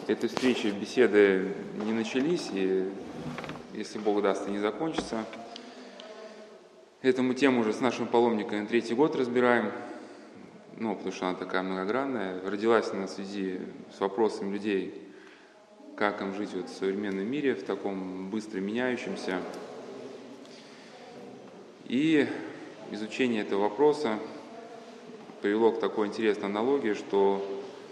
этой встречи, беседы не начались, и, если Бог даст, и не закончатся. Эту тему уже с нашим паломником третий год разбираем, потому что она такая многогранная. Родилась она в связи с вопросом людей, как им жить в современном мире, в таком быстро меняющемся. И изучение этого вопроса привело к такой интересной аналогии, что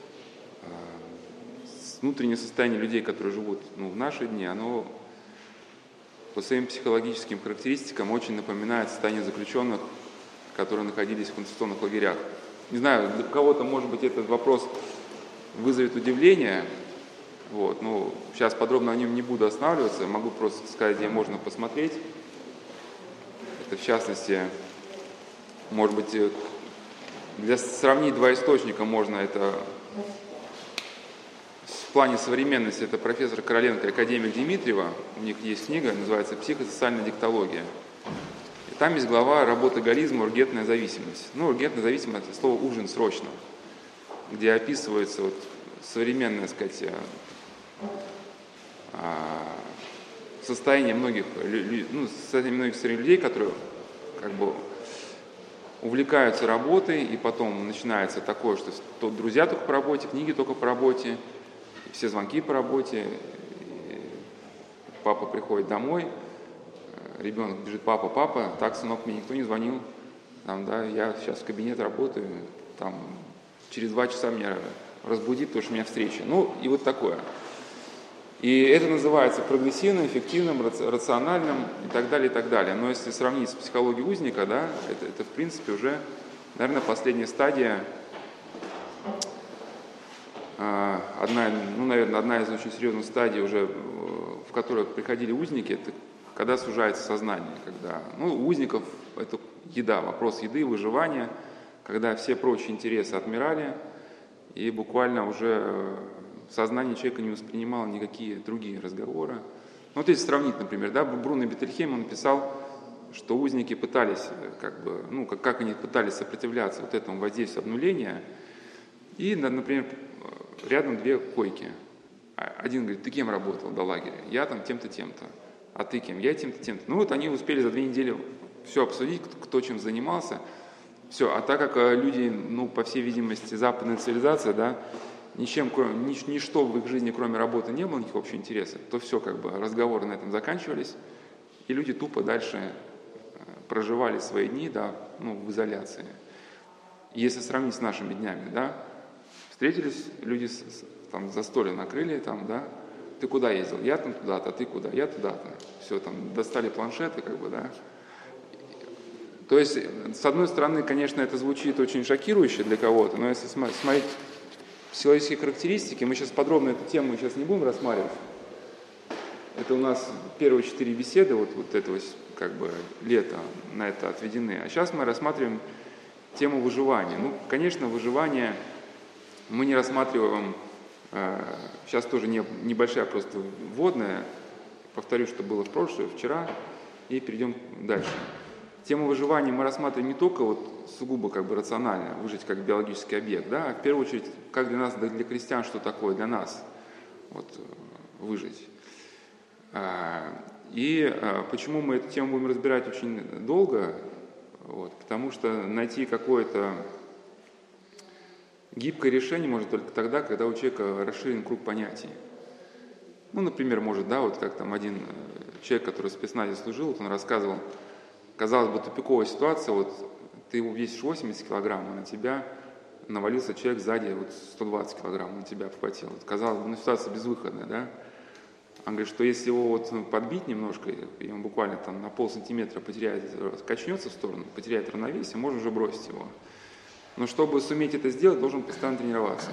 внутреннее состояние людей, которые живут в наши дни, оно по своим психологическим характеристикам очень напоминает состояние заключенных, которые находились в концентрационных лагерях. Не знаю, для кого-то, может быть, этот вопрос вызовет удивление, сейчас подробно о нем не буду останавливаться, могу просто сказать, где можно посмотреть. Это, в частности, может быть, для сравнить два источника можно это в плане современности. Это профессор Короленко и академик Дмитриева. У них есть книга, называется «Психосоциальная диктология». И там есть глава «Работоголизм. Ургентная зависимость». Ургентная зависимость – это слово «ужин срочно», где описывается современное, состояние многих людей, которые увлекаются работой, и потом начинается такое, что друзья только по работе, книги только по работе, все звонки по работе, папа приходит домой, ребенок бежит: папа, так, сынок, мне никто не звонил, я сейчас в кабинет работаю, через 2 часа меня разбудит, потому что у меня встреча. И вот такое. И это называется прогрессивным, эффективным, рациональным и так далее, и так далее. Но если сравнить с психологией узника, это в принципе уже, наверное, последняя стадия, одна из очень серьезных стадий уже, в которую приходили узники, это когда сужается сознание. Когда, у узников это еда, вопрос еды, выживания, когда все прочие интересы отмирали, и буквально уже сознание человека не воспринимало никакие другие разговоры. Если сравнить, например, Бруно Беттельхейм, он писал, что узники пытались, как они пытались сопротивляться этому воздействию обнуления, и, например, рядом 2 койки. Один говорит: ты кем работал до лагеря? Я тем-то, тем-то. А ты кем? Я тем-то, тем-то. Они успели за 2 недели все обсудить, кто чем занимался. Все. А так как люди, по всей видимости, западная цивилизация, ничто в их жизни, кроме работы, не было никаких общих интересов, то все, разговоры на этом заканчивались, и люди тупо дальше проживали свои дни, в изоляции. Если сравнить с нашими днями, встретились люди, застолье накрыли, ты куда ездил? Я туда-то, а ты куда? Я туда-то. Все, достали планшеты, То есть, с одной стороны, конечно, это звучит очень шокирующе для кого-то, но если смотреть психологические характеристики, мы сейчас подробно эту тему не будем рассматривать. Это у нас первые 4 беседы этого лета на это отведены. А сейчас мы рассматриваем тему выживания. Конечно, выживание мы не рассматриваем, сейчас тоже небольшая просто вводная, повторю, что было вчера, и перейдем дальше. Тему выживания мы рассматриваем не только сугубо рационально, выжить как биологический объект, а в первую очередь, как для нас, для крестьян, что такое для нас выжить. И почему мы эту тему будем разбирать очень долго? Потому что найти какое-то гибкое решение может только тогда, когда у человека расширен круг понятий. Например, как один человек, который в спецназе служил, он рассказывал, казалось бы, тупиковая ситуация, ты весишь 80 килограмм, а на тебя навалился человек сзади, 120 килограмм на тебя обхватил. Казалось бы, ситуация безвыходная, Он говорит, что если его подбить немножко, и он буквально на полсантиметра качнется в сторону, потеряет равновесие, можно уже бросить его. Но чтобы суметь это сделать, должен постоянно тренироваться.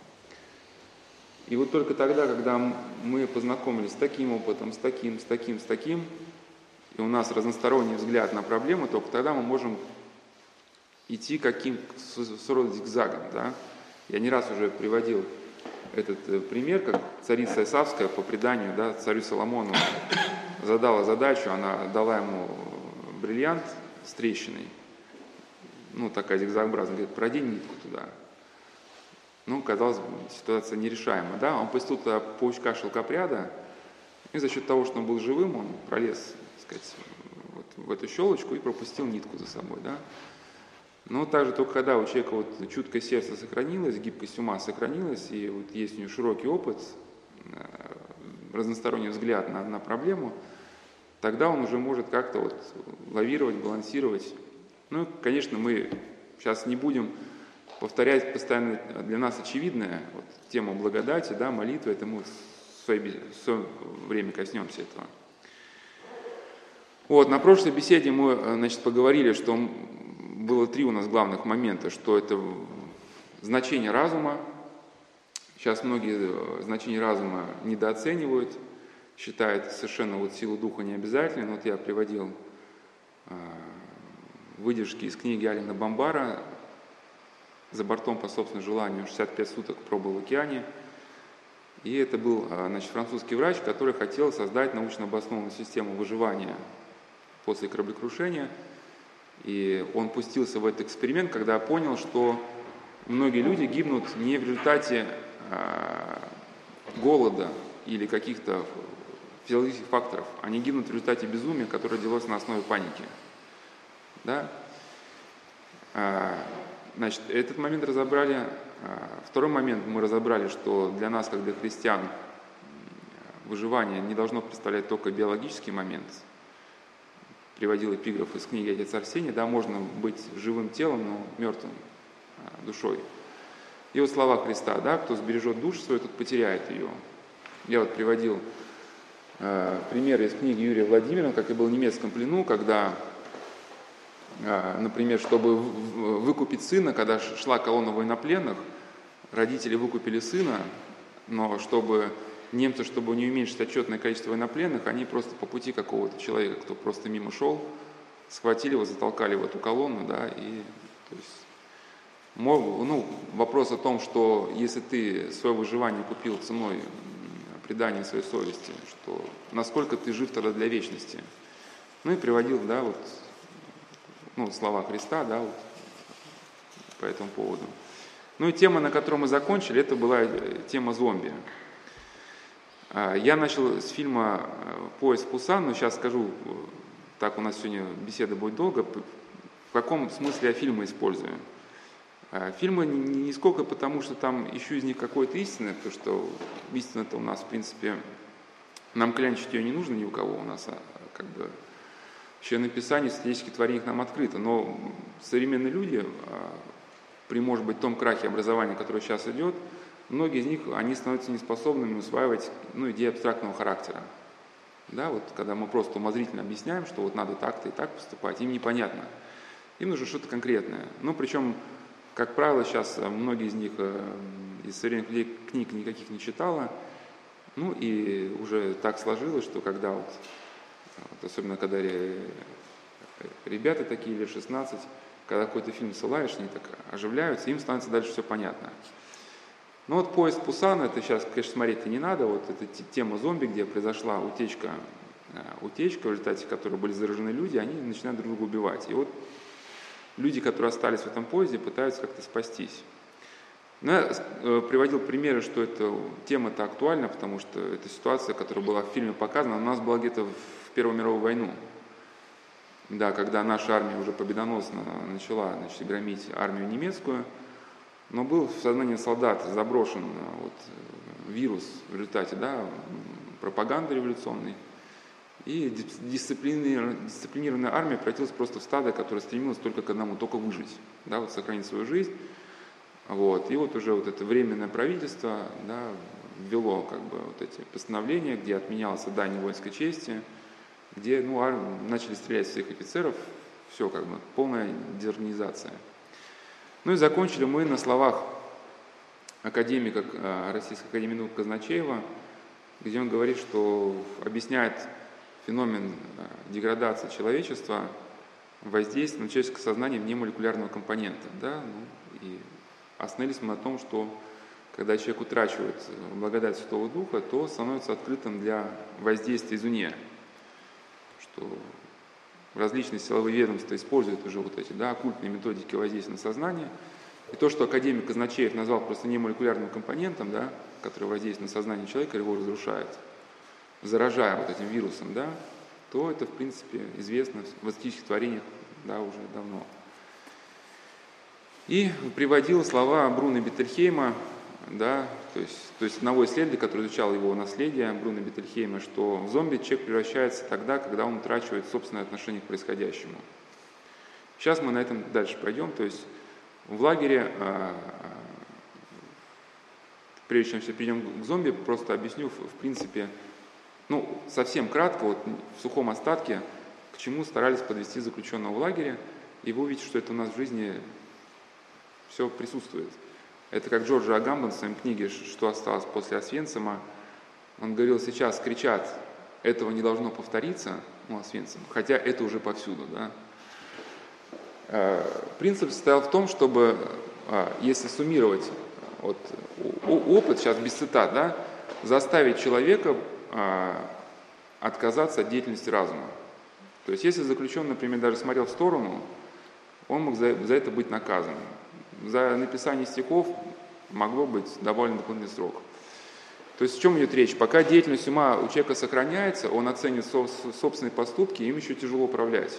И только тогда, когда мы познакомились с таким опытом, с таким, и у нас разносторонний взгляд на проблему, только тогда мы можем идти своего рода зигзагом. Я не раз уже приводил этот пример, как царица Исавская, по преданию, царю Соломону задала задачу, она дала ему бриллиант с трещиной, такая зигзагообразная, говорит: продень нитку туда. Ну, казалось бы, ситуация нерешаемая, да? Он пустил туда паучка-шелкопряда, и за счет того, что он был живым, он пролез, так сказать, вот в эту щелочку и пропустил нитку за собой, да? Но также только когда у человека вот чуткое сердце сохранилось, гибкость ума сохранилась, и вот есть у него широкий опыт, разносторонний взгляд на проблему, тогда он уже может как-то вот лавировать, балансировать. Ну, конечно, мы сейчас не будем повторять постоянно для нас очевидное, вот, тему благодати, да, молитвы, это мы в свое время коснемся этого. Вот, на прошлой беседе мы, значит, поговорили, что было 3 у нас главных момента, что это значение разума. Сейчас многие значение разума недооценивают, считают совершенно вот силу духа необязательной. Вот я приводил выдержки из книги Алина Бамбара «За бортом по собственному желанию 65 суток пробыл в океане». И это был, значит, французский врач, который хотел создать научно обоснованную систему выживания после кораблекрушения. И он пустился в этот эксперимент, когда понял, что многие люди гибнут не в результате голода или каких-то физиологических факторов, они гибнут в результате безумия, которое родилось на основе паники. Да? Значит, этот момент разобрали. Второй момент мы разобрали, что для нас, как для христиан, выживание не должно представлять только биологический момент. Приводил эпиграф из книги «Отец Арсений», да, можно быть живым телом, но мертвым душой. И вот слова Христа, да, кто сбережет душу свою, тот потеряет ее. Я вот приводил пример из книги Юрия Владимирова, как я был в немецком плену, когда, например, чтобы выкупить сына, когда шла колонна военнопленных, родители выкупили сына, но чтобы немцы, чтобы не уменьшить отчетное количество военнопленных, они просто по пути какого-то человека, кто просто мимо шел, схватили его, затолкали в эту колонну, да, и то есть, вопрос о том, что если ты свое выживание купил ценой предания своей совести, что насколько ты жив тогда для вечности. Ну и приводил, да, вот, слова Христа, да, вот, по этому поводу. Ну и тема, на которой мы закончили, это была тема зомби. Я начал с фильма «Поезд в Пусан», но сейчас скажу, так у нас сегодня беседа будет долго, в каком смысле я фильмы использую. Фильмы не сколько потому, что там ищу из них какой-то истины, потому что истина-то у нас, в принципе, нам клянчить ее не нужно ни у кого, у нас как бы еще написание статических творений нам открыто, но современные люди, при, может быть, том крахе образования, который сейчас идет, многие из них, они становятся неспособными усваивать идеи абстрактного характера. Да, вот когда мы просто умозрительно объясняем, что вот надо так-то и так поступать, им непонятно. Им нужно что-то конкретное. Причем, как правило, сейчас многие из них из современных людей книг никаких не читало. И уже так сложилось, что когда особенно когда ребята такие, лет 16, когда какой-то фильм ссылаешь, они так оживляются, им становится дальше все понятно. «Поезд Пусана», это сейчас, конечно, смотреть-то не надо, вот эта тема зомби, где произошла утечка, в результате которой были заражены люди, они начинают друг друга убивать. И вот люди, которые остались в этом поезде, пытаются как-то спастись. Я приводил примеры, что эта тема-то актуальна, потому что эта ситуация, которая была в фильме показана, у нас была где-то в Первую мировую войну. Да, когда наша армия уже победоносно начала, громить армию немецкую, но был в сознании солдат заброшен вирус в результате, да, пропаганды революционной. И дисциплинированная армия превратилась просто в стадо, которое стремилось только к одному, только выжить, да, сохранить свою жизнь. И уже это временное правительство, да, ввело эти постановления, где отменялось отдание воинской чести, где начали стрелять всех офицеров, все полная дезорганизация. И закончили мы на словах академика Российской академии наук Казначеева, где он говорит, что объясняет феномен деградации человечества воздействием на человеческое сознание внемолекулярного компонента. Да? И остановились мы на том, что когда человек утрачивает благодать Святого Духа, то становится открытым для воздействия извне, что различные силовые ведомства используют уже эти, да, оккультные методики воздействия на сознание, И то, что академик Казначеев назвал просто немолекулярным компонентом, да, который воздействует на сознание человека, его разрушает, заражая вот этим вирусом, да, то это, в принципе, известно в эстетических творениях, да, уже давно. И приводил слова Бруно Беттельхейма, да, то есть одного исследователя, который изучал его наследие, Бруно Беттельхейма, что в зомби человек превращается тогда, когда он утрачивает собственное отношение к происходящему. Сейчас мы на этом дальше пройдем, то есть в лагере, прежде чем все перейдем к зомби, просто объясню, в принципе, ну, совсем кратко, вот в сухом остатке, к чему старались подвести заключенного в лагере, и вы увидите, что это у нас в жизни все присутствует. Это как Джордж Агамбен в своей книге «Что осталось после Освенцима», он говорил, сейчас кричат, этого не должно повториться, ну, Освенцим, хотя это уже повсюду, да. Принцип состоял в том, чтобы, если суммировать вот, опыт, сейчас без цитат, да, заставить человека отказаться от деятельности разума. То есть, если заключенный, например, даже смотрел в сторону, он мог за это быть наказан. За написание стихов могло быть добавлен дополнительный срок. То есть, о чем идет речь? Пока деятельность ума у человека сохраняется, он оценит собственные поступки, им еще тяжело управлять.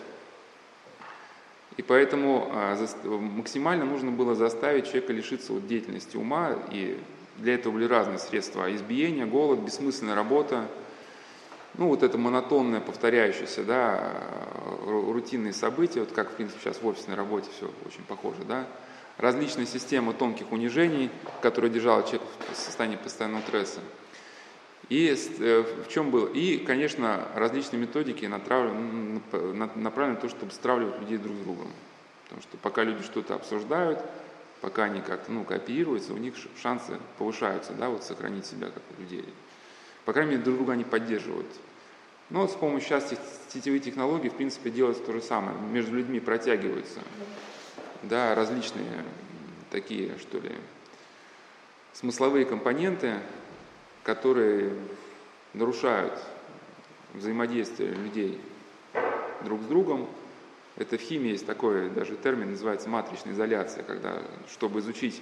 И поэтому максимально нужно было заставить человека лишиться вот деятельности ума, и для этого были разные средства: избиение, голод, бессмысленная работа, ну вот это монотонное, повторяющееся, да, рутинные события, вот как в принципе сейчас в офисной работе все очень похоже, да, различные системы тонких унижений, которые держали человека в состоянии постоянного стресса. И в чем было? И, конечно, различные методики направлены на то, чтобы стравливать людей друг с другом. Потому что пока люди что-то обсуждают, пока они как-то кооперируются, у них шансы повышаются, да, вот сохранить себя как людей. По крайней мере, друг друга они поддерживают. Но с помощью сейчас сетевых технологий, в принципе, делается то же самое. Между людьми протягиваются, да, различные такие, что ли, смысловые компоненты, которые нарушают взаимодействие людей друг с другом. Это в химии есть такой даже термин, называется матричная изоляция, когда, чтобы изучить,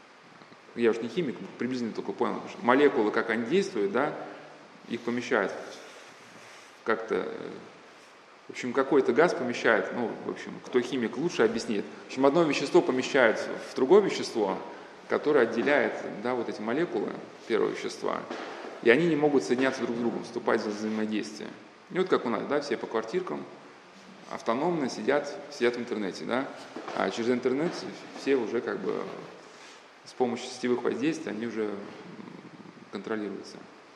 я уж не химик, приблизительно только понял, что молекулы, как они действуют, да, их помещают как-то, в общем, какой-то газ помещают, ну, в общем, кто химик лучше объяснит. В общем, одно вещество помещают в другое вещество, которое отделяет, да, вот эти молекулы первого вещества, и они не могут соединяться друг с другом, вступать в взаимодействие. И вот как у нас, да, все по квартиркам автономно сидят в интернете, да, а через интернет все уже как бы с помощью сетевых воздействий они уже контролируются.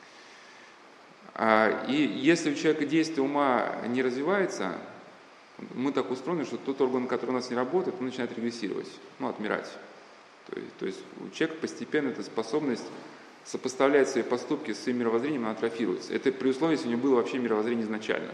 И если у человека действие ума не развивается, мы так устроены, что тот орган, который у нас не работает, он начинает регрессировать, отмирать. То есть у человека постепенно эта способность сопоставлять свои поступки с своим мировоззрением, она атрофируется. Это при условии, если у него было вообще мировоззрение изначально.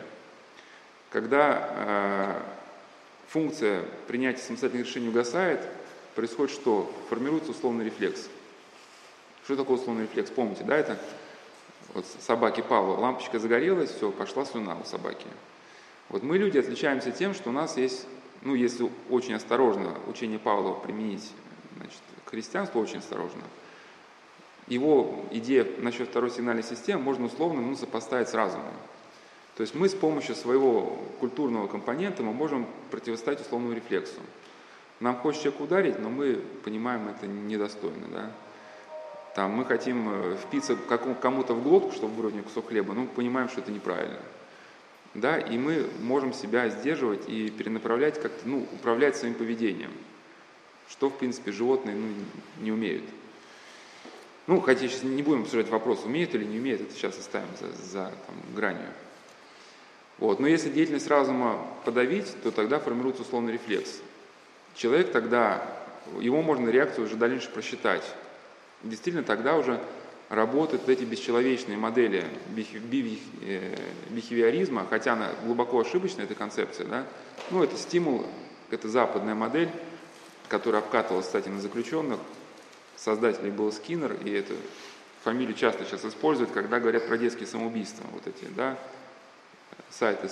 Когда функция принятия самостоятельных решений угасает, происходит что? Формируется условный рефлекс. Что такое условный рефлекс? Помните, да, это вот собаки Павлова. Лампочка загорелась, все, пошла слюна у собаки. Вот мы, люди, отличаемся тем, что у нас есть, если очень осторожно учение Павлова применить, значит, к христианству очень осторожно, его идея насчет второй сигнальной системы можно условно сопоставить с разумом. То есть мы с помощью своего культурного компонента мы можем противостоять условному рефлексу. Нам хочется человека ударить, но мы понимаем, это недостойно. Да? Там, мы хотим впиться кому-то в глотку, чтобы вырвать мне кусок хлеба, но мы понимаем, что это неправильно. Да? И мы можем себя сдерживать и перенаправлять, как-то, управлять своим поведением, что, в принципе, животные не умеют. Хотя сейчас не будем обсуждать вопрос, умеют или не умеют, это сейчас оставим за гранью. Вот. Но если деятельность разума подавить, то тогда формируется условный рефлекс. Человек тогда, его можно реакцию уже дальше просчитать. Действительно, тогда уже работают эти бесчеловечные модели бихевиоризма, хотя она глубоко ошибочная, эта концепция, да? Это стимул, это западная модель, которая обкатывалась, кстати, на заключенных. Создателей был Скиннер, и эту фамилию часто сейчас используют, когда говорят про детские самоубийства. Вот эти, да, сайты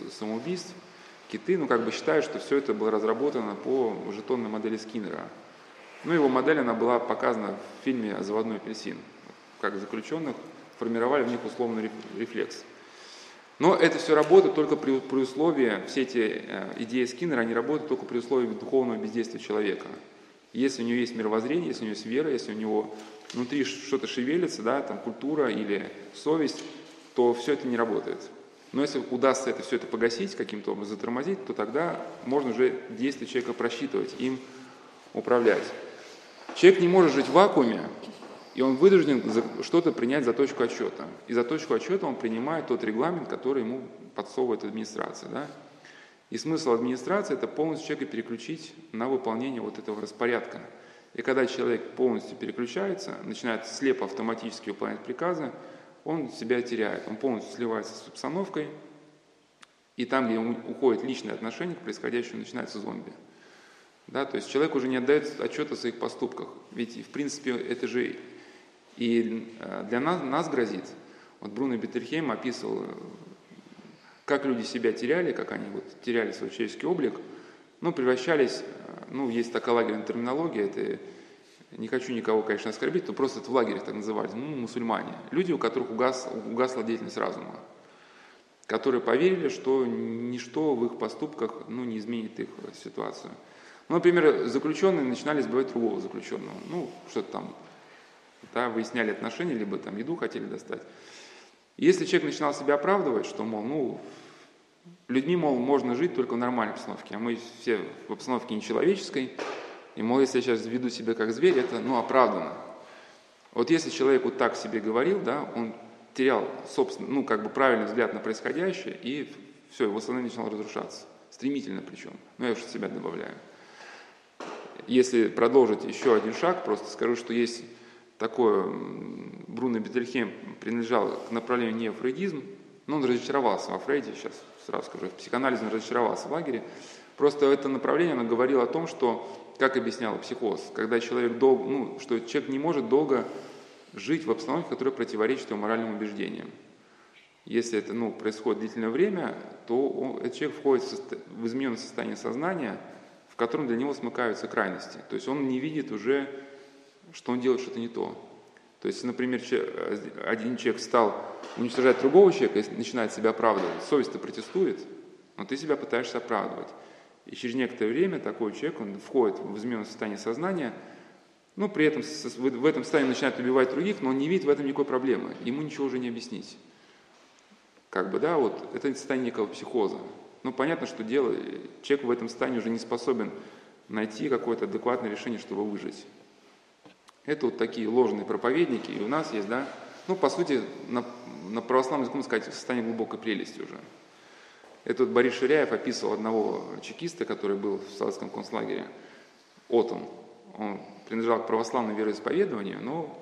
самоубийств, киты, считают, что все это было разработано по жетонной модели Скиннера. Ну, его модель, она была показана в фильме «Заводной апельсин», как заключенных формировали в них условный рефлекс. Но это все работает только при условии, все эти идеи Скиннера, они работают только при условии духовного бездействия человека. Если у него есть мировоззрение, если у него есть вера, если у него внутри что-то шевелится, да, там культура или совесть, то все это не работает. Но если удастся это все это погасить, каким-то образом затормозить, то тогда можно уже действия человека просчитывать, им управлять. Человек не может жить в вакууме, и он вынужден что-то принять за точку отсчета. И за точку отсчета он принимает тот регламент, который ему подсовывает администрация. Да? И смысл администрации – это полностью человека переключить на выполнение вот этого распорядка. И когда человек полностью переключается, начинает слепо автоматически выполнять приказы, он себя теряет, он полностью сливается с обстановкой, и там, где ему уходит личное отношение к происходящему, начинается зомби. Да? То есть человек уже не отдает отчет о своих поступках. Ведь, в принципе, это же и для нас грозит. Вот Бруно Беттельхейм описывал, как люди себя теряли, как они вот теряли свой человеческий облик, но превращались, есть такая лагерная терминология, это не хочу никого, конечно, оскорбить, но просто это в лагерях так назывались, мусульмане. Люди, у которых угасла деятельность разума, которые поверили, что ничто в их поступках не изменит их ситуацию. Например, заключенные начинали избивать другого заключенного. Что-то там, да, выясняли отношения, либо там еду хотели достать. И если человек начинал себя оправдывать, что, людьми, можно жить только в нормальной обстановке, а мы все в обстановке нечеловеческой, и, если я сейчас веду себя как зверь, это, оправданно. Вот если человек вот так себе говорил, да, он терял, собственно, правильный взгляд на происходящее, и все, его сознание начинало разрушаться. Стремительно причем. Я уж от себя добавляю. Если продолжить еще один шаг, просто скажу, что есть такое, Бруно Беттельхейм принадлежал к направлению неофрейдизм, но он разочаровался во Фрейде, сейчас сразу скажу, в психоанализе он разочаровался в лагере. Просто это направление, оно говорило о том, что, как объяснял психоз, когда человек что человек не может долго жить в обстановке, которая противоречит его моральным убеждениям. Если это происходит длительное время, то этот человек входит в измененное состояние сознания, в котором для него смыкаются крайности. То есть он не видит уже, что он делает что-то не то. То есть, например, один человек стал уничтожать другого человека и начинает себя оправдывать, совесть-то протестует, но ты себя пытаешься оправдывать. И через некоторое время такой человек, он входит в измененное состояние сознания, при этом в этом состоянии начинает убивать других, но он не видит в этом никакой проблемы, ему ничего уже не объяснить. Это состояние некого психоза. Понятно, что человек в этом состоянии уже не способен найти какое-то адекватное решение, чтобы выжить. Это вот такие ложные проповедники, и у нас есть, да, по сути, на православном языке сказать, состояние глубокой прелести уже. Это вот Борис Ширяев описывал одного чекиста, который был в советском концлагере, Отон. Он принадлежал к православному вероисповеданию, но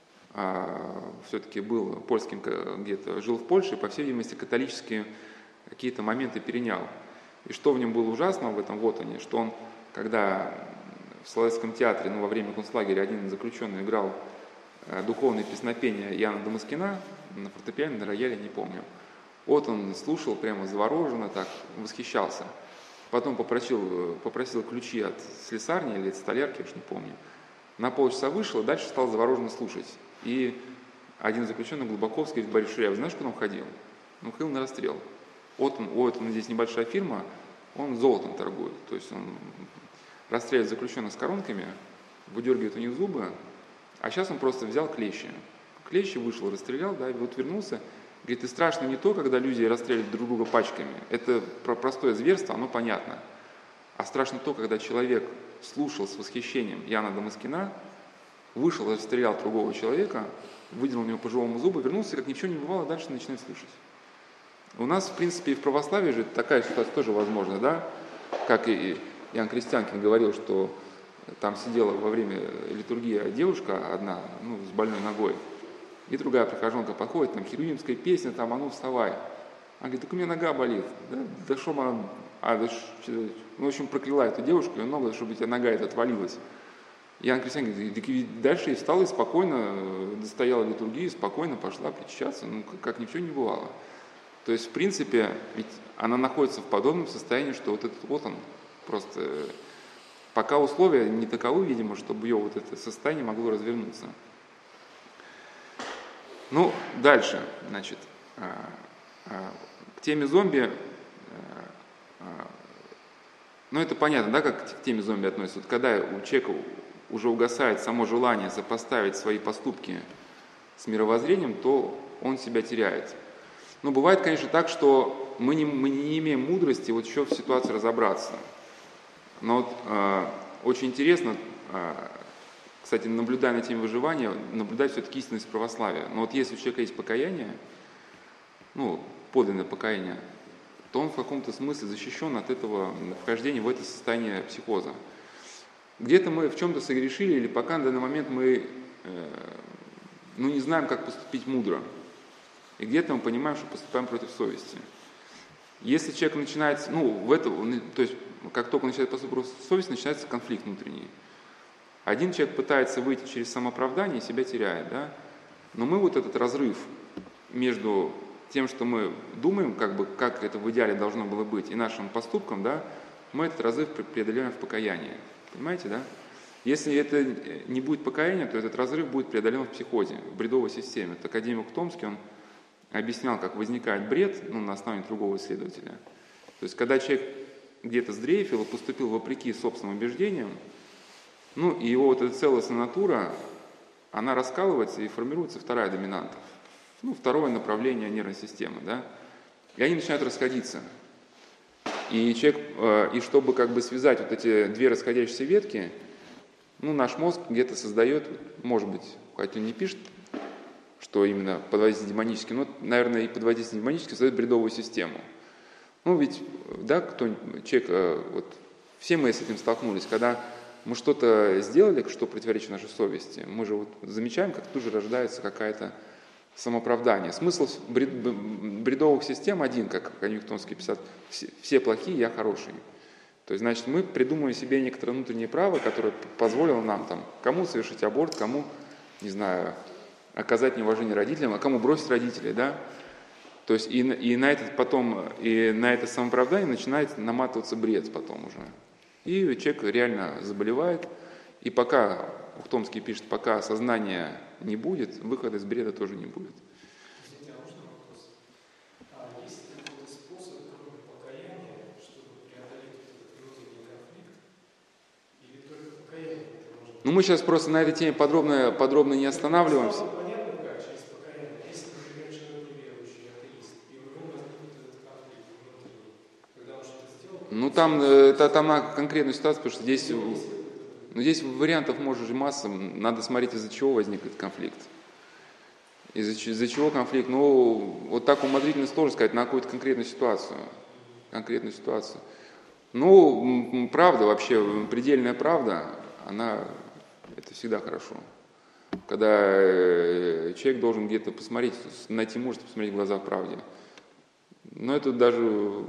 все-таки был польским, где-то жил в Польше, и, по всей видимости, католические какие-то моменты перенял. И что в нем было ужасно в этом Отоне, что он, когда в Соловецком театре, во время концлагеря один заключенный играл духовные песнопения Яна Дамаскина на фортепиано, на рояле, не помню. Он слушал прямо завороженно, так, восхищался. Потом попросил ключи от слесарни или от столярки, я уж не помню. На полчаса вышел, и дальше стал завороженно слушать. И один заключенный, Глубоковский, говорит: Борис, знаешь, куда он ходил? Он ходил на расстрел. Отон здесь небольшая фирма, он золотом торгует. То есть он расстреливает заключенных с коронками, выдергивает у них зубы, а сейчас он просто взял клещи. Клещи вышел, расстрелял, да, и вот вернулся. Говорит, и страшно не то, когда люди расстреливают друг друга пачками. Это простое зверство, оно понятно. А страшно то, когда человек слушал с восхищением Яна Дамаскина, вышел, расстрелял другого человека, выделил у него по живому зубу, вернулся, как ни в чем не бывало, дальше начинает слушать. У нас, в принципе, и в православии же такая ситуация тоже возможна, да? Как и Иоанн Крестьянкин говорил, что там сидела во время литургии девушка одна, с больной ногой, и другая прихожанка подходит, там херувимская песня, там, а ну вставай. Она говорит, так у меня нога болит. Да что она... в общем, прокляла эту девушку, ее ногу, чтобы у тебя нога эта отвалилась. Иоанн Крестьянкин говорит, так дальше и встала, и спокойно достояла литургии, спокойно пошла причащаться, как ни в чем не бывало. То есть, в принципе, ведь она находится в подобном состоянии, что вот этот он просто пока условия не таковы, видимо, чтобы ее вот это состояние могло развернуться. Ну, дальше, значит, к теме зомби, ну это понятно, да, как к теме зомби относится. Вот когда у человека уже угасает само желание сопоставить свои поступки с мировоззрением, то он себя теряет. Но бывает, конечно, так, что мы не имеем мудрости вот еще в ситуации разобраться. Но вот, очень интересно, кстати, наблюдая на теме выживания, наблюдать все-таки истинность православия. Но вот если у человека есть покаяние, ну, подлинное покаяние, то он в каком-то смысле защищен от этого вхождения в это состояние психоза. Где-то мы в чем-то согрешили, или пока на данный момент мы не знаем, как поступить мудро. И где-то мы понимаем, что поступаем против совести. Если человек начинает, то есть как только он начинает поступать против совести, начинается конфликт внутренний. Один человек пытается выйти через самооправдание и себя теряет, да? Но мы вот этот разрыв между тем, что мы думаем, как это в идеале должно было быть, и нашим поступком, да, мы этот разрыв преодолеваем в покаянии. Понимаете, да? Если это не будет покаяния, то этот разрыв будет преодолен в психозе, в бредовой системе. Вот академик Томский, он объяснял, как возникает бред, на основании другого исследователя. То есть, когда человек где-то сдрейфил и поступил вопреки собственным убеждениям, и его вот эта целостная натура, она раскалывается и формируется вторая доминанта. Второе направление нервной системы, да? И они начинают расходиться. И человек, и чтобы связать вот эти две расходящиеся ветки, наш мозг где-то создает, может быть, хотя он не пишет, что именно под воздействием демоническим, но, наверное, и под воздействием демоническим создает бредовую систему. Ведь, да, человек, все мы с этим столкнулись, когда мы что-то сделали, что противоречит нашей совести, мы же замечаем, как тут же рождается какая-то самооправдание. Смысл бредовых систем один, как академик Томский писал, все плохие, я хороший. То есть, значит, мы придумываем себе некоторое внутреннее право, которое позволило нам кому совершить аборт, кому, не знаю, оказать неуважение родителям, а кому бросить родителей, да? То есть и на это самооправдание начинает наматываться бред потом уже. И человек реально заболевает, и пока, Томский пишет, пока сознания не будет, выхода из бреда тоже не будет. Извините, а можно вопрос? Есть ли какой-то способ, кроме покаяния, чтобы преодолеть этот внутренний конфликт? Или только покаяние это может? Мы сейчас просто на этой теме подробно не останавливаемся. Понятно, как через покаяние. Если, например, человек неверующий, атеист, и у него возникнет этот конфликт внутренний, когда он что-то сделал... Там на конкретную ситуацию, потому что здесь вариантов может же масса, надо смотреть, из-за чего возник этот конфликт. Из-за чего конфликт? Вот так умозрительно сложно сказать, на какую-то конкретную ситуацию. Правда вообще, предельная правда, это всегда хорошо. Когда человек должен где-то посмотреть, найти мужество, посмотреть в глаза в правде. Но это даже...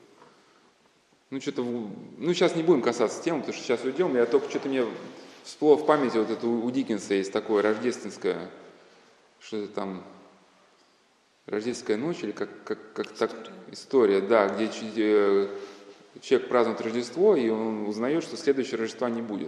сейчас не будем касаться темы, потому что сейчас уйдем. Я только что-то мне всплыло в памяти, вот это у Диккенса есть такое рождественское, что-то там, рождественская ночь, или как так, история, да, где человек празднует Рождество, и он узнает, что следующего Рождества не будет.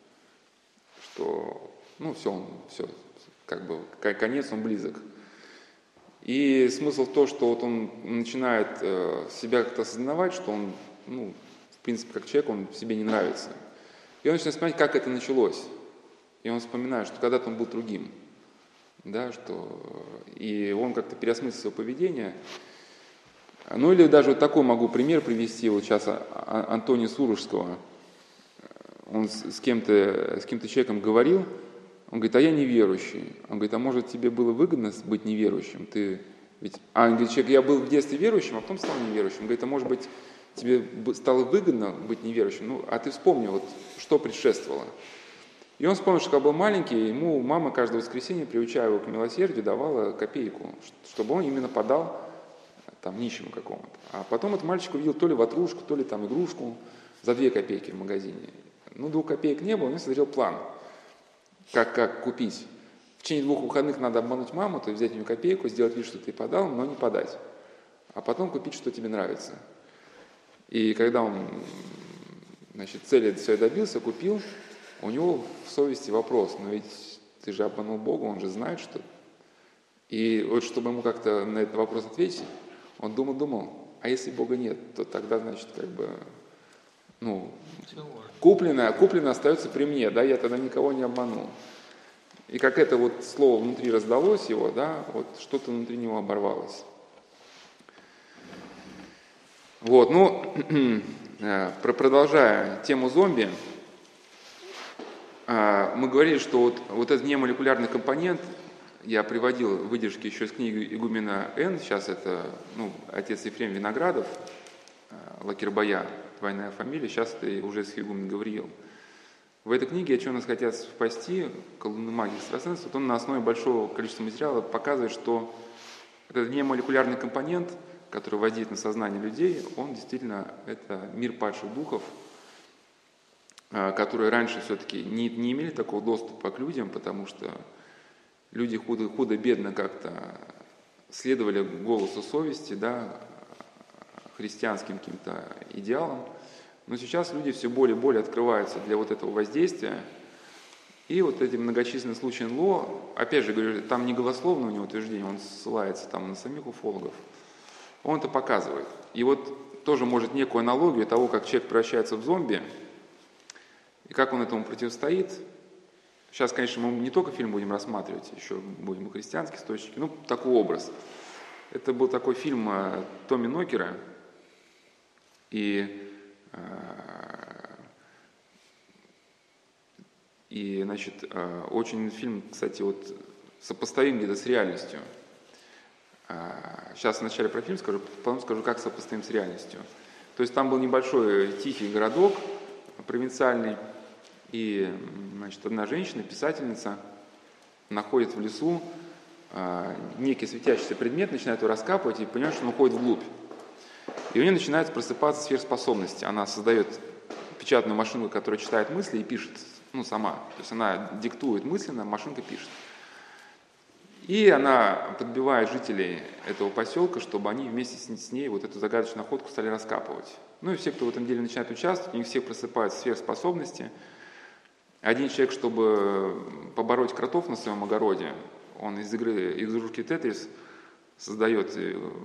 Что, все, конец, он близок. И смысл в том, что он начинает себя как-то осознавать, что он, в принципе, как человек, он себе не нравится. И он начинает вспоминать, как это началось. И он вспоминает, что когда-то он был другим. Да, и он как-то переосмыслил свое поведение. Или даже такой могу пример привести. Вот сейчас Антония Сурожского. Он с кем-то человеком говорил. Он говорит, а я неверующий. Он говорит, а может тебе было выгодно быть неверующим? Он говорит, человек, я был в детстве верующим, а потом стал неверующим. Он говорит, а может быть тебе стало выгодно быть неверующим? А ты вспомни, что предшествовало. И он вспомнил, что когда был маленький, ему мама каждое воскресенье, приучая его к милосердию, давала копейку, чтобы он именно подал нищему какому-то. А потом этот мальчик увидел то ли ватрушку, то ли игрушку за 2 копейки в магазине. 2 копеек не было, он созрел план. Как купить. В течение 2 выходных надо обмануть маму, то есть взять у нее копейку, сделать вид, что ты подал, но не подать. А потом купить, что тебе нравится. И когда он значит, цели все добился, купил, у него в совести вопрос, но ведь ты же обманул Бога, он же знает, что... И вот чтобы ему как-то на этот вопрос ответить, он думал, а если Бога нет, то тогда, значит, как бы, ну, куплено остается при мне, да, я тогда никого не обманул. И как это вот слово внутри раздалось его, да, вот что-то внутри него оборвалось. Вот, ну, продолжая тему зомби, мы говорили, что вот этот немолекулярный компонент, я приводил выдержки еще из книги игумена Н, сейчас это, ну, отец Ефрем Виноградов, Лакербая, двойная фамилия, сейчас это уже игумен Гавриил. В этой книге «О чем нас хотят спасти», колдуны, маги, экстрасенсы, вот он на основе большого количества материала показывает, что этот немолекулярный компонент, который воздействует на сознание людей, он действительно, это мир падших духов, которые раньше все-таки не имели такого доступа к людям, потому что люди худо-бедно как-то следовали голосу совести, да, христианским каким-то идеалам. Но сейчас люди все более и более открываются для вот этого воздействия. И вот эти многочисленные случаи НЛО, опять же говорю, там не голословное у него утверждение, он ссылается там на самих уфологов, он это показывает. И вот тоже может некую аналогию того, как человек превращается в зомби, и как он этому противостоит. Сейчас, конечно, мы не только фильм будем рассматривать, еще будем и христианские источники, ну, такой образ. Это был такой фильм Томми Нокера, и, значит, очень фильм, кстати, вот сопоставим где-то с реальностью. Сейчас вначале про фильм скажу, потом скажу, как сопоставим с реальностью. То есть там был небольшой тихий городок провинциальный, и, значит, одна женщина, писательница, находит в лесу некий светящийся предмет, начинает его раскапывать и понимает, что он уходит вглубь. И у нее начинают просыпаться сверхспособности. Она создает печатную машинку, которая читает мысли и пишет, ну, сама. То есть она диктует мысленно, машинка пишет. И она подбивает жителей этого поселка, чтобы они вместе с ней вот эту загадочную находку стали раскапывать. Ну и все, кто в этом деле начинает участвовать, у них всех просыпаются сверхспособности. Один человек, чтобы побороть кротов на своем огороде, он из игрушки Тетрис создает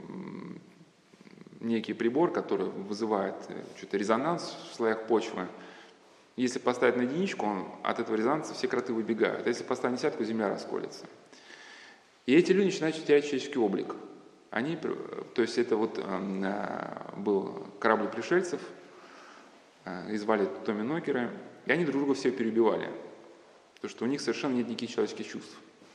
некий прибор, который вызывает что-то резонанс в слоях почвы. Если поставить на единичку, от этого резонанса все кроты выбегают. А если поставить на десятку, земля расколется. И эти люди начинают терять человеческий облик. То есть это вот был корабль пришельцев, их звали Томми Нокера, и они друг друга все перебивали, потому что у них совершенно нет никаких человеческих чувств.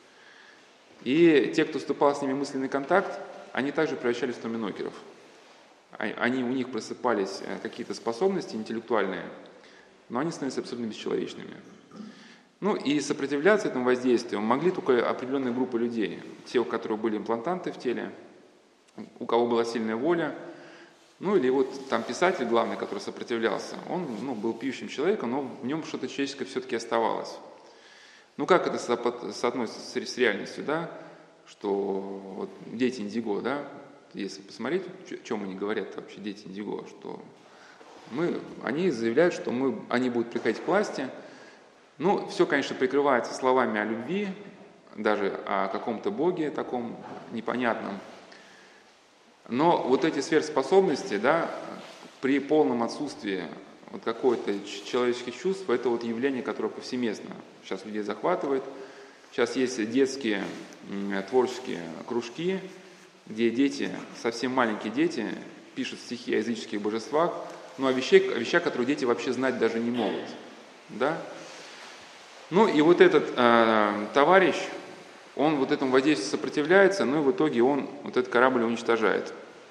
И те, кто вступал с ними в мысленный контакт, они также превращались в Томми Нокеров. У них просыпались какие-то способности интеллектуальные, но они становились абсолютно бесчеловечными. Ну и сопротивляться этому воздействию могли только определенные группы людей. Те, у которых были имплантанты в теле, у кого была сильная воля. Ну или вот там писатель главный, который сопротивлялся, он был пьющим человеком, но в нем что-то человеческое все-таки оставалось. Ну как это соотносится с реальностью, да? Что вот дети Индиго, да? Если посмотреть, о чем они говорят вообще, дети Индиго, что они заявляют, что они будут приходить к власти. Ну, все, конечно, прикрывается словами о любви, даже о каком-то боге таком непонятном. Но вот эти сверхспособности, да, при полном отсутствии вот какой-то человеческих чувств, это вот явление, которое повсеместно сейчас людей захватывает. Сейчас есть детские творческие кружки, где дети, совсем маленькие дети, пишут стихи о языческих божествах, но о вещах, которые дети вообще знать даже не могут. Да? Ну и вот этот товарищ, он вот этому воздействию сопротивляется, но и в итоге он вот этот корабль уничтожает.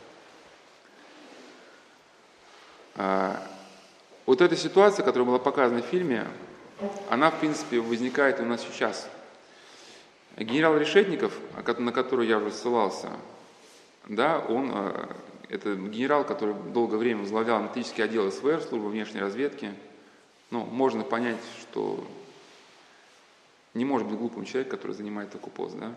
Вот эта ситуация, которая была показана в фильме, она, в принципе, возникает у нас сейчас. Генерал Решетников, на который я уже ссылался, да, это генерал, который долгое время возглавлял аналитический отдел СВР, службы внешней разведки. Ну, можно понять, что не может быть глупым человек, который занимает такой пост, да.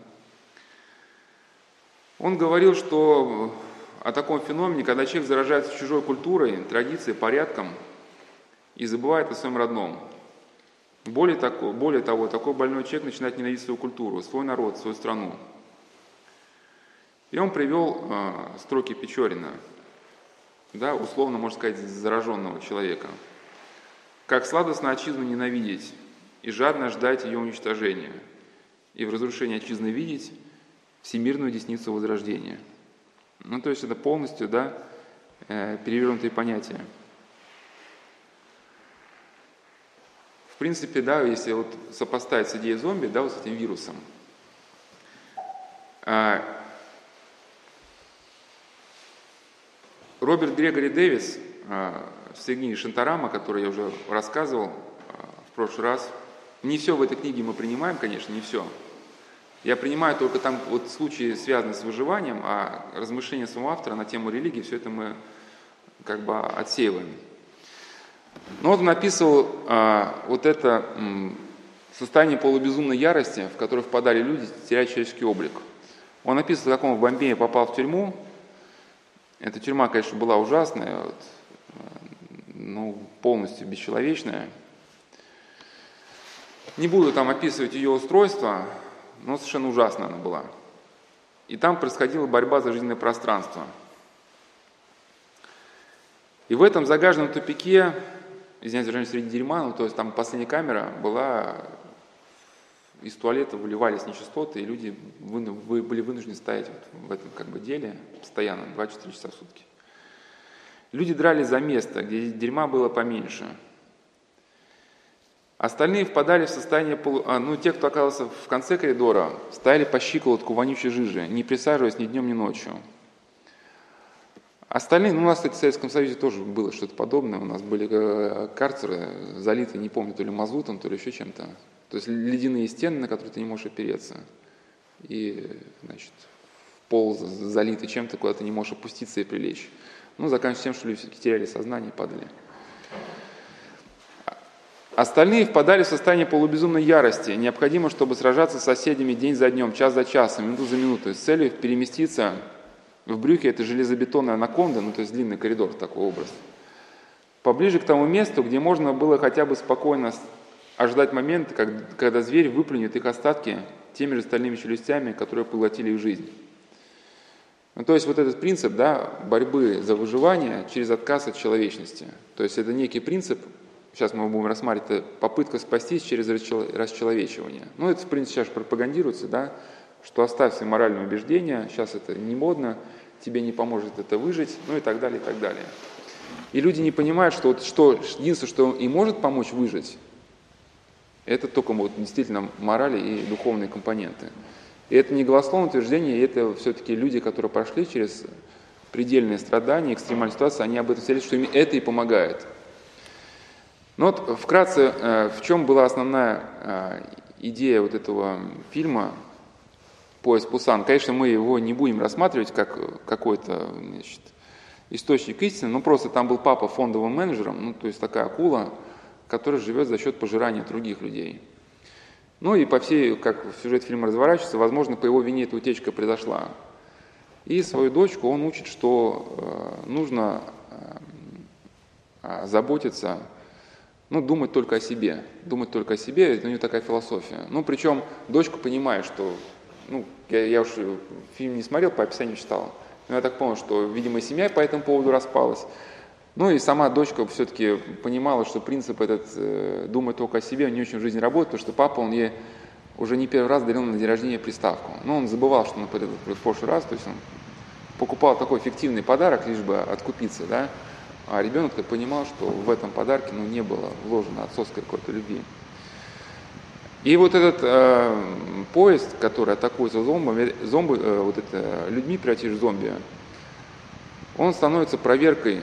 Он говорил, что о таком феномене, когда человек заражается чужой культурой, традицией, порядком, и забывает о своем родном. Более того, такой больной человек начинает ненавидеть свою культуру, свой народ, свою страну. И он привел строки Печорина, да, условно, можно сказать, зараженного человека. «Как сладостно отчизну ненавидеть, и жадно ждать ее уничтожения, и в разрушении отчизны видеть всемирную десницу возрождения». Ну, то есть это полностью, да, перевернутые понятия. В принципе, да, если вот сопоставить с идеей зомби, да, вот с этим вирусом, Роберт Грегори Дэвис в книге Шантарама, о которой я уже рассказывал в прошлый раз, не все в этой книге мы принимаем, конечно, не все. Я принимаю только там вот случаи, связанные с выживанием, а размышления самого автора на тему религии, все это мы как бы отсеиваем. Но он написал вот это состояние полубезумной ярости, в которое впадали люди, теряя человеческий облик. Он описывал, как он в Бомбее попал в тюрьму. Эта тюрьма, конечно, была ужасная, вот, ну, полностью бесчеловечная. Не буду там описывать ее устройство, но совершенно ужасная она была. И там происходила борьба за жизненное пространство. И в этом загаженном тупике, извиняюсь, выражение, среди дерьма, ну, то есть там последняя камера была, из туалета выливались нечистоты, и люди были вынуждены стоять вот в этом как бы деле постоянно, 24 часа в сутки. Люди дрались за место, где дерьма было поменьше. Остальные впадали в состояние те, кто оказался в конце коридора, стояли по щиколотку в вонючей жиже, не присаживаясь ни днем, ни ночью. Остальные, у нас, кстати, в Советском Союзе тоже было что-то подобное. У нас были карцеры, залитые, не помню, то ли мазутом, то ли еще чем-то. То есть ледяные стены, на которые ты не можешь опереться. И, значит, пол залитый чем-то, куда ты не можешь опуститься и прилечь. Ну, заканчивается тем, что люди все-таки теряли сознание и падали. Остальные впадали в состояние полубезумной ярости. Необходимо, чтобы сражаться с соседями день за днем, час за часом, минуту за минутой, с целью переместиться в брюхе этой железобетонной анаконды, ну, то есть длинный коридор, такой образ, поближе к тому месту, где можно было хотя бы спокойно ожидать момента, когда зверь выплюнет их остатки теми же стальными челюстями, которые поглотили их жизнь. Ну, то есть вот этот принцип, да, борьбы за выживание через отказ от человечности. То есть это некий принцип, сейчас мы будем рассматривать, это попытка спастись через расчеловечивание. Ну, это, в принципе, сейчас пропагандируется, да, что оставь свои моральные убеждения, сейчас это не модно, тебе не поможет это выжить, ну и так далее, и так далее. И люди не понимают, что единственное, что им может помочь выжить, это только вот действительно морали и духовные компоненты. И это не голословное утверждение, это все-таки люди, которые прошли через предельные страдания, экстремальные ситуации, они об этом свидетельствуют, что им это и помогает. Но вот вкратце, в чем была основная идея вот этого фильма «Поезд Пусан». Конечно, мы его не будем рассматривать как какой-то, значит, источник истины, но просто там был папа фондовым менеджером, ну, то есть такая акула, которая живет за счет пожирания других людей. Ну и по всей, как сюжет фильма разворачивается, возможно, по его вине эта утечка произошла. И свою дочку он учит, что нужно заботиться, ну, думать только о себе. Думать только о себе, это у нее такая философия. Ну, причем дочка понимает, что, ну, я уж фильм не смотрел, по описанию читал, но я так понял, что, видимо, семья по этому поводу распалась. Ну и сама дочка все-таки понимала, что принцип этот «думать только о себе» не очень в жизни работает, потому что папа, он ей уже не первый раз дарил на день рождения приставку. Но он забывал, что он в прошлый раз, то есть он покупал такой фиктивный подарок, лишь бы откупиться, да, а ребенок понимал, что в этом подарке, ну, не было вложено отцовской какой-то любви. И вот этот поезд, который атакуется людьми, превратившись в зомби, он становится проверкой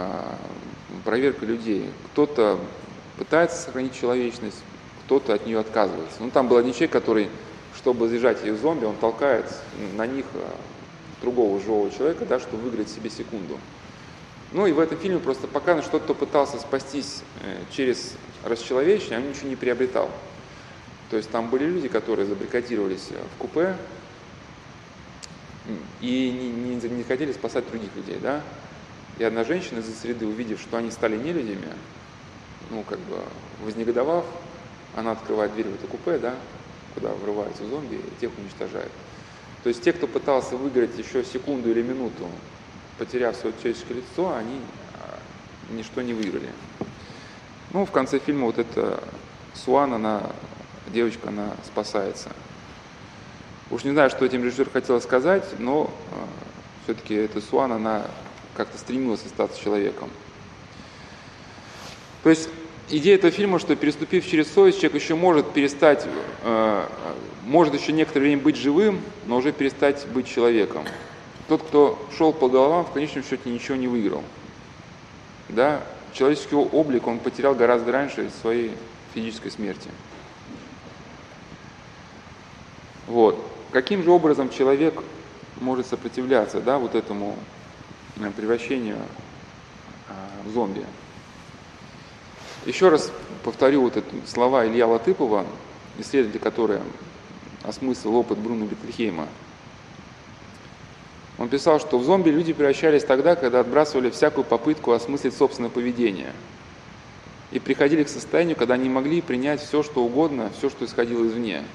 людей. Кто-то пытается сохранить человечность, кто-то от нее отказывается. Ну, там был один человек, который, чтобы заезжать в зомби, он толкает на них другого живого человека, да, чтобы выиграть себе секунду. Ну и в этом фильме просто показано, что тот, кто пытался спастись через расчеловечение, он ничего не приобретал. То есть там были люди, которые забаррикадировались в купе, и не хотели спасать других людей, да. И одна женщина из-за среды, увидев, что они стали нелюдями, вознегодовав, она открывает дверь в это купе, да, куда врываются зомби, и тех уничтожает. То есть те, кто пытался выиграть еще секунду или минуту, потеряв свое человеческое лицо, они ничто не выиграли. В конце фильма вот эта Суан, девочка, она спасается. Уж не знаю, что этим режиссер хотел сказать, но все-таки эта Суан, она как-то стремилась остаться человеком. То есть идея этого фильма, что переступив через совесть, человек еще может перестать, может еще некоторое время быть живым, но уже перестать быть человеком. Тот, кто шел по головам, в конечном счете ничего не выиграл. Да? Человеческий облик он потерял гораздо раньше своей физической смерти. Вот. Каким же образом человек может сопротивляться, да, вот этому превращению в зомби? Еще раз повторю вот эти слова Илья Латыпова, исследователь, который осмыслил опыт Бруно Беттельхейма. Он писал, что в зомби люди превращались тогда, когда отбрасывали всякую попытку осмыслить собственное поведение и приходили к состоянию, когда они могли принять все, что угодно, все, что исходило извне.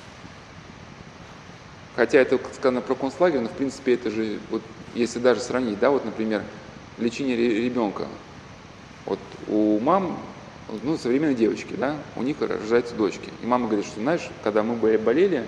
Хотя это сказано про концлагерь, но в принципе это же, вот, если даже сравнить, да, вот, например, лечение ребенка. Вот у мам, современные девочки, да, у них рождаются дочки. И мама говорит, что, знаешь, когда мы болели,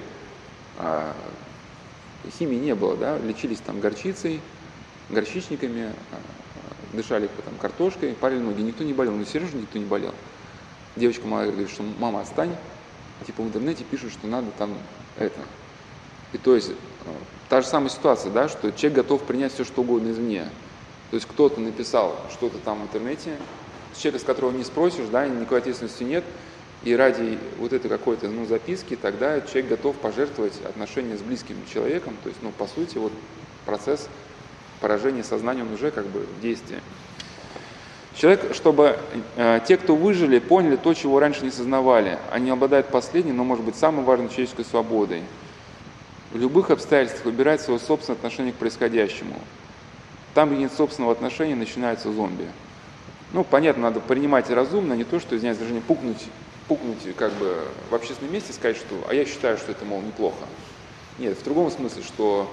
химии не было, да, лечились там горчицей, горчичниками, дышали там картошкой, парили ноги, никто не болел, серьезно никто не болел. Девочка моя говорит, что мама, отстань, в интернете пишут, что надо там это. И то есть та же самая ситуация, да, что человек готов принять все, что угодно извне. То есть кто-то написал что-то там в интернете, человека, с которого не спросишь, да, никакой ответственности нет, и ради вот этой какой-то записки тогда человек готов пожертвовать отношения с близким человеком, то есть, по сути, вот процесс поражения сознания, он уже как бы в действии. Человек, чтобы те, кто выжили, поняли то, чего раньше не сознавали, они обладают последней, но, может быть, самой важной человеческой свободой. В любых обстоятельствах выбирать свое собственное отношение к происходящему. Там, где нет собственного отношения, начинаются зомби. Понятно, надо принимать разумно, не то, что, извиняюсь, даже не пукнуть как бы в общественном месте, сказать, что «а я считаю, что это, неплохо». Нет, в другом смысле, что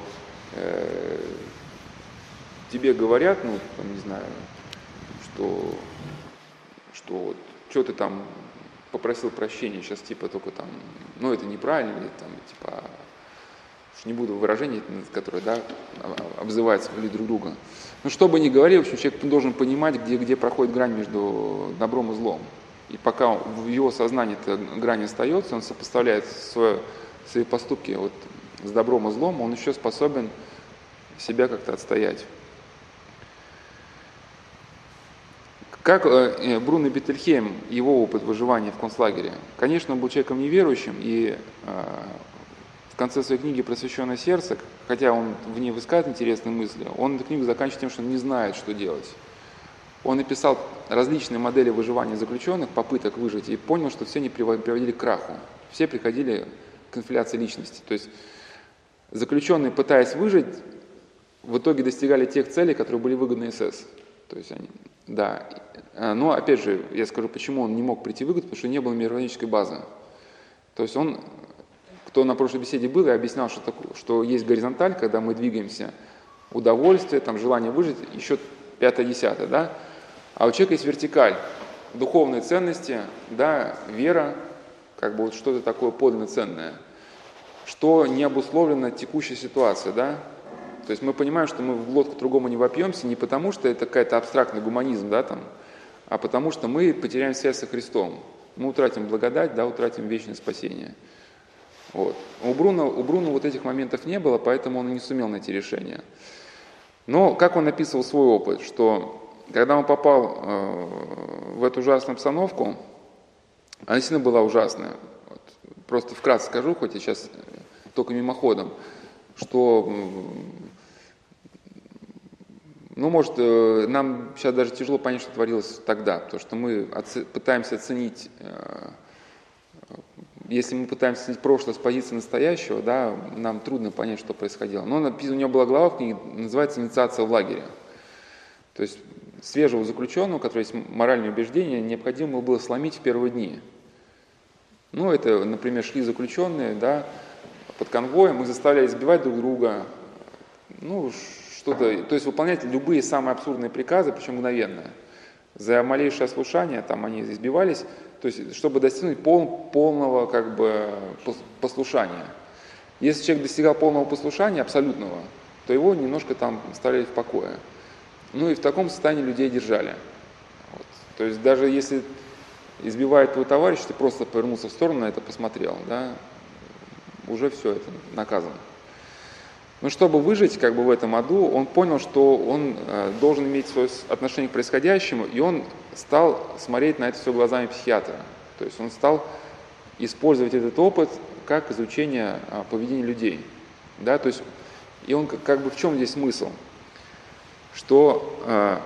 тебе говорят, не знаю, что что ты там попросил прощения, сейчас только там, это неправильно, или там, не буду выражений, которые, да, обзываются друг друга. Что бы ни говорили, в общем, человек должен понимать, где проходит грань между добром и злом. И пока в его сознании эта грань остается, он сопоставляет свои поступки с добром и злом, он еще способен себя как-то отстоять. Как Бруно Беттельхейм, его опыт выживания в концлагере? Конечно, он был человеком неверующим, и в конце своей книги «Просвещенное сердце», хотя он в ней высказывает интересные мысли, он эту книгу заканчивает тем, что он не знает, что делать. Он написал различные модели выживания заключенных, попыток выжить, и понял, что все они приводили к краху. Все приходили к инфляции личности. То есть заключенные, пытаясь выжить, в итоге достигали тех целей, которые были выгодны СС. То есть они, да. Но опять же, я скажу, почему он не мог прийти в выгоду, потому что не было мировоззренческой базы. То есть он, кто на прошлой беседе был, я объяснял, что есть горизонталь, когда мы двигаемся, удовольствие, желание выжить, еще 5-10, да? А у человека есть вертикаль, духовные ценности, да, вера, как бы что-то такое подлинно ценное, что не обусловлено текущей ситуацией, да? То есть мы понимаем, что мы в глотку другому не вопьемся не потому, что это какой-то абстрактный гуманизм, да, а потому что мы потеряем связь со Христом. Мы утратим благодать, да, утратим вечное спасение. Вот. У Бруно вот этих моментов не было, поэтому он не сумел найти решение. Но как он описывал свой опыт, что когда он попал в эту ужасную обстановку, она действительно была ужасная. Просто вкратце скажу, хоть и сейчас только мимоходом, что, может, нам сейчас даже тяжело понять, что творилось тогда, потому что мы пытаемся оценить, если мы пытаемся оценить прошлое с позиции настоящего, да, нам трудно понять, что происходило. Но у него была глава в книге, называется «Инициация в лагере». То есть свежего заключенного, у которого есть моральные убеждения, необходимо было сломить в первые дни. Ну, это, например, шли заключенные, да, под конвоем, их заставляли избивать друг друга, ну, что-то, то есть выполнять любые самые абсурдные приказы, причем мгновенно. За малейшее ослушание там они избивались, то есть чтобы достигнуть полного как бы послушания. Если человек достигал полного послушания, абсолютного, то его немножко там оставляли в покое. Ну и в таком состоянии людей держали. Вот. То есть даже если избивает твой товарищ, ты просто повернулся в сторону, на это посмотрел, да, уже все, это наказано. Но чтобы выжить как бы в этом аду, он понял, что он должен иметь свое отношение к происходящему, и он стал смотреть на это все глазами психиатра. То есть он стал использовать этот опыт как изучение поведения людей. Да? То есть, и он как бы в чем здесь смысл? Что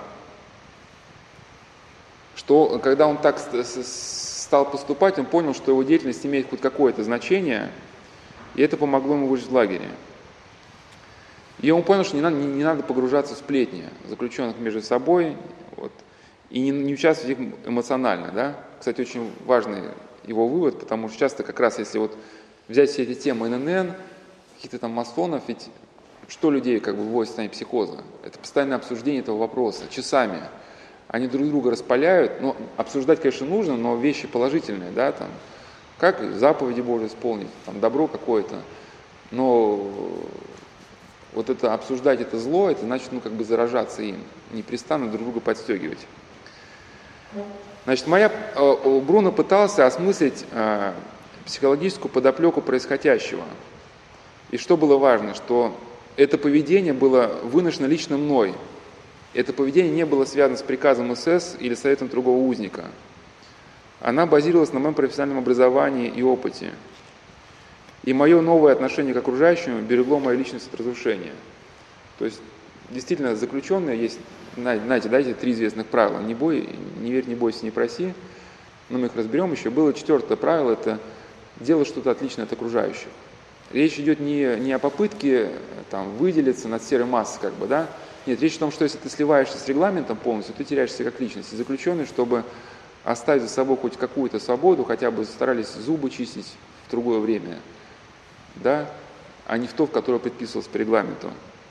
когда он так стал поступать, он понял, что его деятельность имеет хоть какое-то значение, и это помогло ему выжить в лагере. И он понял, что не надо погружаться в сплетни заключенных между собой, вот, и не участвовать в них эмоционально. Да? Кстати, очень важный его вывод, потому что часто как раз, если вот взять все эти темы ННН, каких-то там масонов, ведь что людей как бы вводит в состояние психоза? Это постоянное обсуждение этого вопроса, часами. Они друг друга распаляют, но обсуждать, конечно, нужно, но вещи положительные, да, там, как заповеди Божьи исполнить, там, добро какое-то, но вот это обсуждать это зло, это значит, ну, как бы заражаться им, непрестанно друг друга подстегивать. Значит, Бруно пытался осмыслить психологическую подоплеку происходящего. И что было важно, что это поведение было выношено лично мной. Это поведение не было связано с приказом СС или советом другого узника. Она базировалась на моем профессиональном образовании и опыте. И мое новое отношение к окружающему берегло мою личность от разрушения. То есть, действительно, заключенные есть, знаете, да, эти 3 известных правила. Не верь, не бойся, не проси. Но мы их разберем еще. Было 4-е правило, это делать что-то отличное от окружающих. Речь идет не о попытке там, выделиться над серой массой, как бы, да. Нет, речь о том, что если ты сливаешься с регламентом полностью, ты теряешься как личность. И заключенные, чтобы оставить за собой хоть какую-то свободу, хотя бы старались зубы чистить в другое время, да, а не в то, в которое предписывалось по регламенту.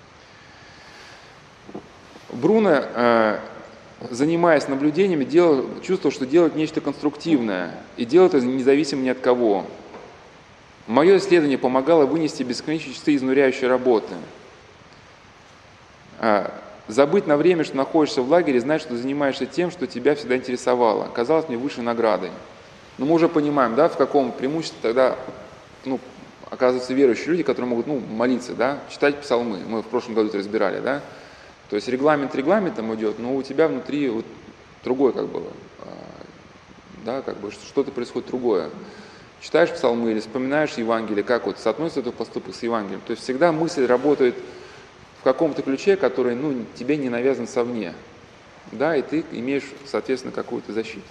Бруно, занимаясь наблюдениями, чувствовал, что делает нечто конструктивное, и делает это независимо ни от кого. Мое исследование помогало вынести бесконечные часы изнуряющей работы. Забыть на время, что находишься в лагере, знать, что занимаешься тем, что тебя всегда интересовало, казалось мне высшей наградой. Но мы уже понимаем, да, в каком преимуществе тогда, оказываются верующие люди, которые могут, молиться, да, читать псалмы. Мы в прошлом году это разбирали, да. То есть регламент регламентом идет, но у тебя внутри вот другое, как бы, да, как бы что-то происходит другое. Читаешь псалмы или вспоминаешь Евангелие, как вот соотносится этот поступок с Евангелием. То есть всегда мысль работает в каком-то ключе, который, тебе не навязан совне, да, и ты имеешь, соответственно, какую-то защиту.